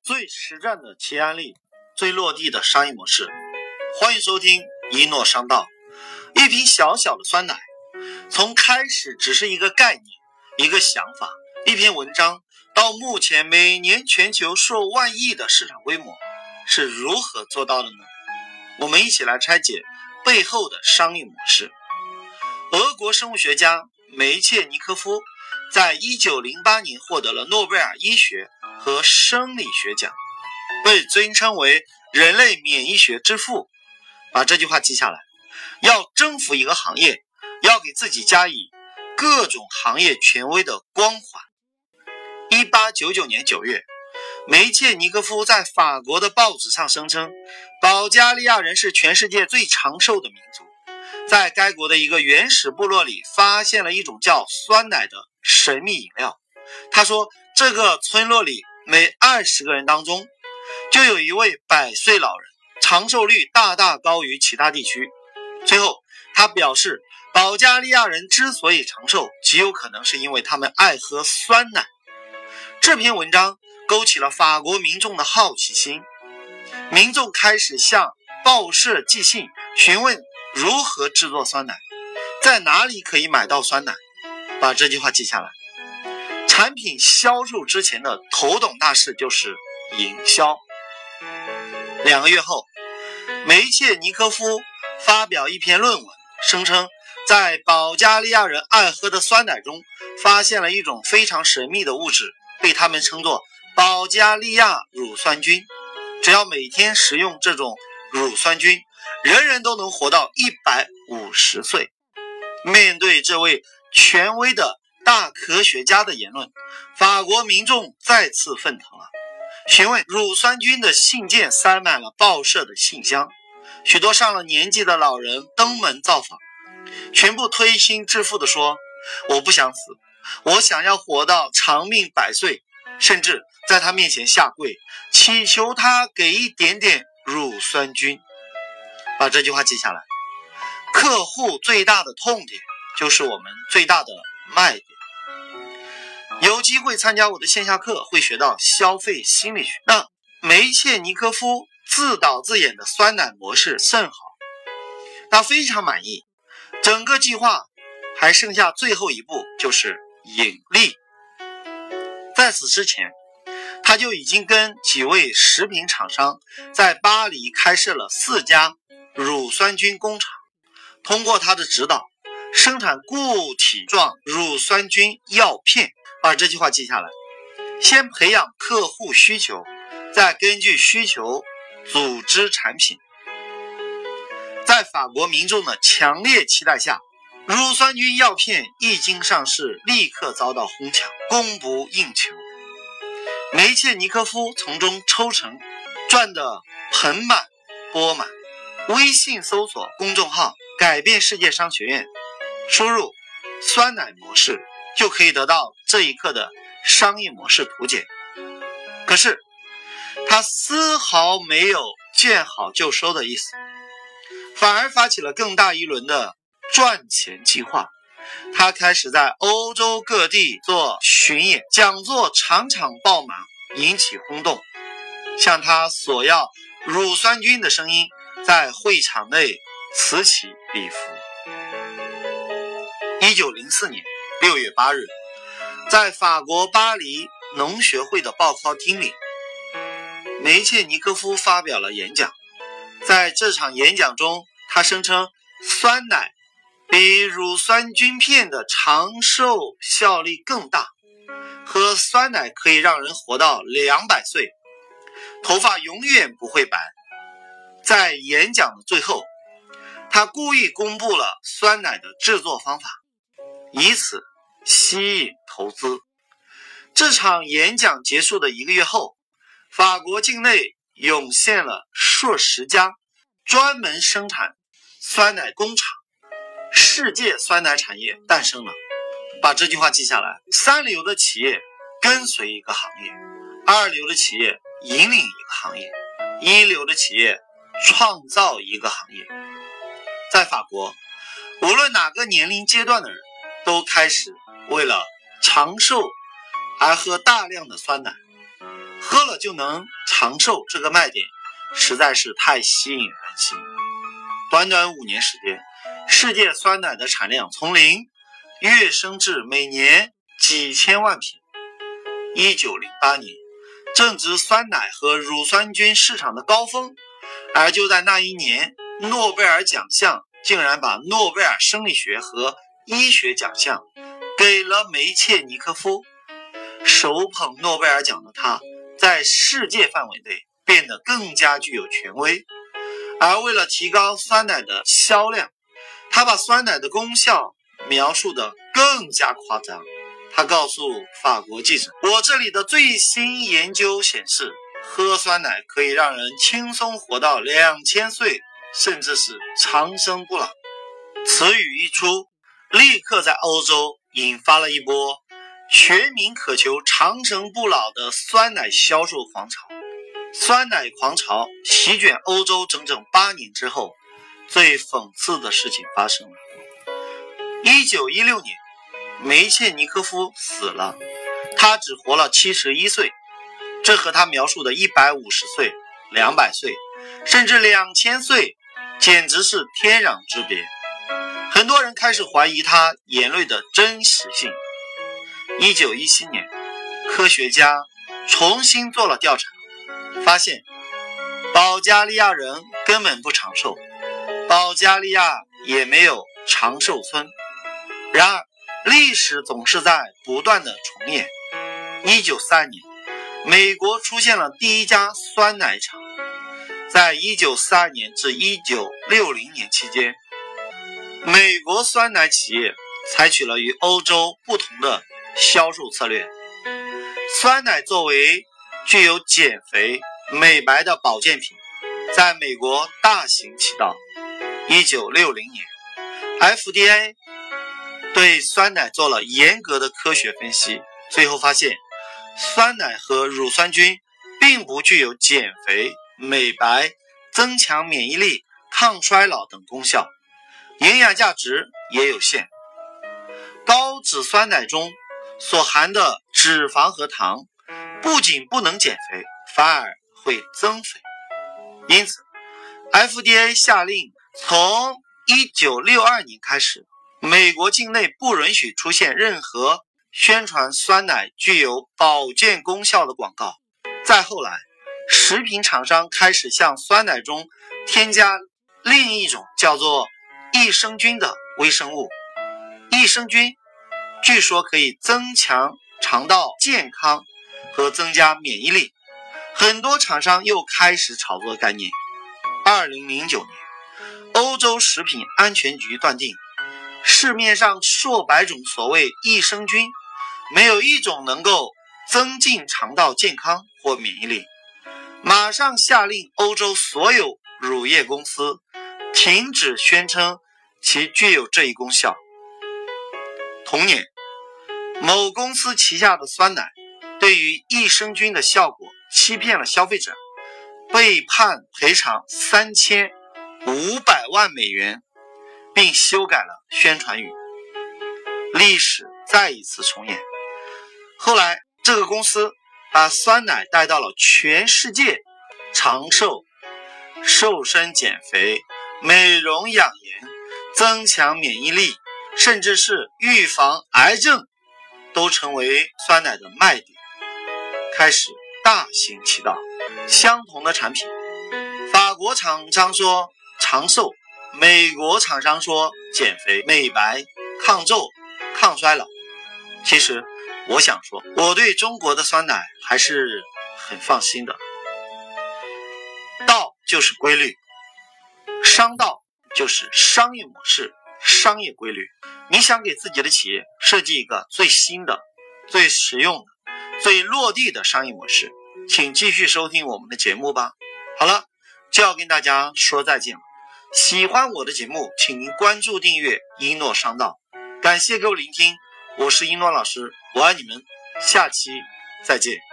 最实战的企业案例，最落地的商业模式。欢迎收听一诺商道。一瓶小小的酸奶，从开始只是一个概念，一个想法，一篇文章，到目前每年全球数万亿的市场规模，是如何做到的呢？我们一起来拆解背后的商业模式。俄国生物学家梅切尼科夫在1908年获得了诺贝尔医学和生理学奖，被尊称为人类免疫学之父。把这句话记下来，要征服一个行业，要给自己加以各种行业权威的光环。1899年9月，梅切尼科夫在法国的报纸上声称，保加利亚人是全世界最长寿的民族。在该国的一个原始部落里发现了一种叫酸奶的神秘饮料。他说，这个村落里每20个人当中就有一位100岁老人，长寿率大大高于其他地区。最后他表示，保加利亚人之所以长寿，极有可能是因为他们爱喝酸奶。这篇文章勾起了法国民众的好奇心，民众开始向报社寄信，询问如何制作酸奶，在哪里可以买到酸奶。把这句话记下来。产品销售之前的头等大事就是营销。2个月后，梅切尼科夫发表一篇论文，声称在保加利亚人爱喝的酸奶中发现了一种非常神秘的物质，被他们称作保加利亚乳酸菌。只要每天食用这种乳酸菌，人人都能活到150岁。面对这位权威的大科学家的言论，法国民众再次沸腾了。询问乳酸菌的信件塞满了报社的信箱，许多上了年纪的老人登门造访，全部推心置腹地说，我不想死，我想要活到长命100岁，甚至在他面前下跪，祈求他给一点点乳酸菌。把这句话记下来。客户最大的痛点就是我们最大的卖点。有机会参加我的线下课，会学到消费心理学。那梅切尼科夫自导自演的酸奶模式甚好，他非常满意。整个计划还剩下最后一步，就是盈利。在此之前，他就已经跟几位食品厂商在巴黎开设了4家乳酸菌工厂，通过他的指导，生产固体状乳酸菌药片。把这句话记下来。先培养客户需求，再根据需求组织产品。在法国民众的强烈期待下，乳酸菌药片一经上市，立刻遭到哄抢，供不应求。梅切尼科夫从中抽成，赚得盆满钵满。微信搜索公众号改变世界商学院，输入酸奶模式，就可以得到这一课的商业模式图解。可是他丝毫没有见好就收的意思，反而发起了更大一轮的赚钱计划。他开始在欧洲各地做巡演，讲座场场爆满，引起轰动。向他索要乳酸菌的声音在会场内此起彼伏。1904年6月8日，在法国巴黎农学会的报cáo厅里，梅切尼科夫发表了演讲。在这场演讲中，他声称酸奶比乳酸菌片的长寿效力更大，喝酸奶可以让人活到200岁，头发永远不会白。在演讲的最后，他故意公布了酸奶的制作方法，以此吸引投资。这场演讲结束的1个月后，法国境内涌现了数十家专门生产酸奶工厂，世界酸奶产业诞生了。把这句话记下来。3流的企业跟随一个行业，2流的企业引领一个行业，1流的企业创造一个行业。在法国，无论哪个年龄阶段的人都开始为了长寿而喝大量的酸奶，喝了就能长寿这个卖点实在是太吸引人心。短短5年时间，世界酸奶的产量从0跃升至每年几千万瓶。1908年正值酸奶和乳酸菌市场的高峰，而就在那一年，诺贝尔奖项竟然把诺贝尔生理学和医学奖项给了梅切尼科夫。手捧诺贝尔奖的他，在世界范围内变得更加具有权威。而为了提高酸奶的销量，他把酸奶的功效描述得更加夸张。他告诉法国记者，我这里的最新研究显示，喝酸奶可以让人轻松活到2000岁，甚至是长生不老。此语一出，立刻在欧洲引发了一波全民渴求长生不老的酸奶销售狂潮。酸奶狂潮席卷欧洲整整8年之后，最讽刺的事情发生了。1916年，梅切尼科夫死了，他只活了71岁，这和他描述的150岁、200岁，甚至2000岁，简直是天壤之别。很多人开始怀疑他言论的真实性。1917年，科学家重新做了调查，发现保加利亚人根本不长寿，保加利亚也没有长寿村。然而历史总是在不断的重演。1932年，美国出现了第一家酸奶厂。在1942年至1960年期间，美国酸奶企业采取了与欧洲不同的销售策略。酸奶作为具有减肥、美白的保健品，在美国大行其道。1960年 FDA 对酸奶做了严格的科学分析，最后发现酸奶和乳酸菌并不具有减肥、美白、增强免疫力、抗衰老等功效，营养价值也有限。高脂酸奶中所含的脂肪和糖不仅不能减肥，反而会增肥。因此 FDA 下令从1962年开始，美国境内不允许出现任何宣传酸奶具有保健功效的广告。再后来，食品厂商开始向酸奶中添加另一种叫做益生菌的微生物。益生菌据说可以增强肠道健康和增加免疫力，很多厂商又开始炒作概念。2009年，欧洲食品安全局断定，市面上数百种所谓益生菌，没有一种能够增进肠道健康或免疫力，马上下令欧洲所有乳业公司停止宣称其具有这一功效。同年，某公司旗下的酸奶对于益生菌的效果欺骗了消费者，被判赔偿3500万美元，并修改了宣传语。历史再一次重演。后来这个公司把酸奶带到了全世界，长寿、瘦身减肥、美容养颜、增强免疫力，甚至是预防癌症，都成为酸奶的卖点，开始大行其道。相同的产品，法国厂商说长寿，美国厂商说减肥、美白、抗皱、抗衰老。其实我想说，我对中国的酸奶还是很放心的。道就是规律，商道就是商业模式、商业规律。你想给自己的企业设计一个最新的、最实用的、最落地的商业模式，请继续收听我们的节目吧。好了，就要跟大家说再见了。喜欢我的节目，请您关注订阅一诺商道。感谢各位聆听，我是一诺老师，我爱你们，下期再见。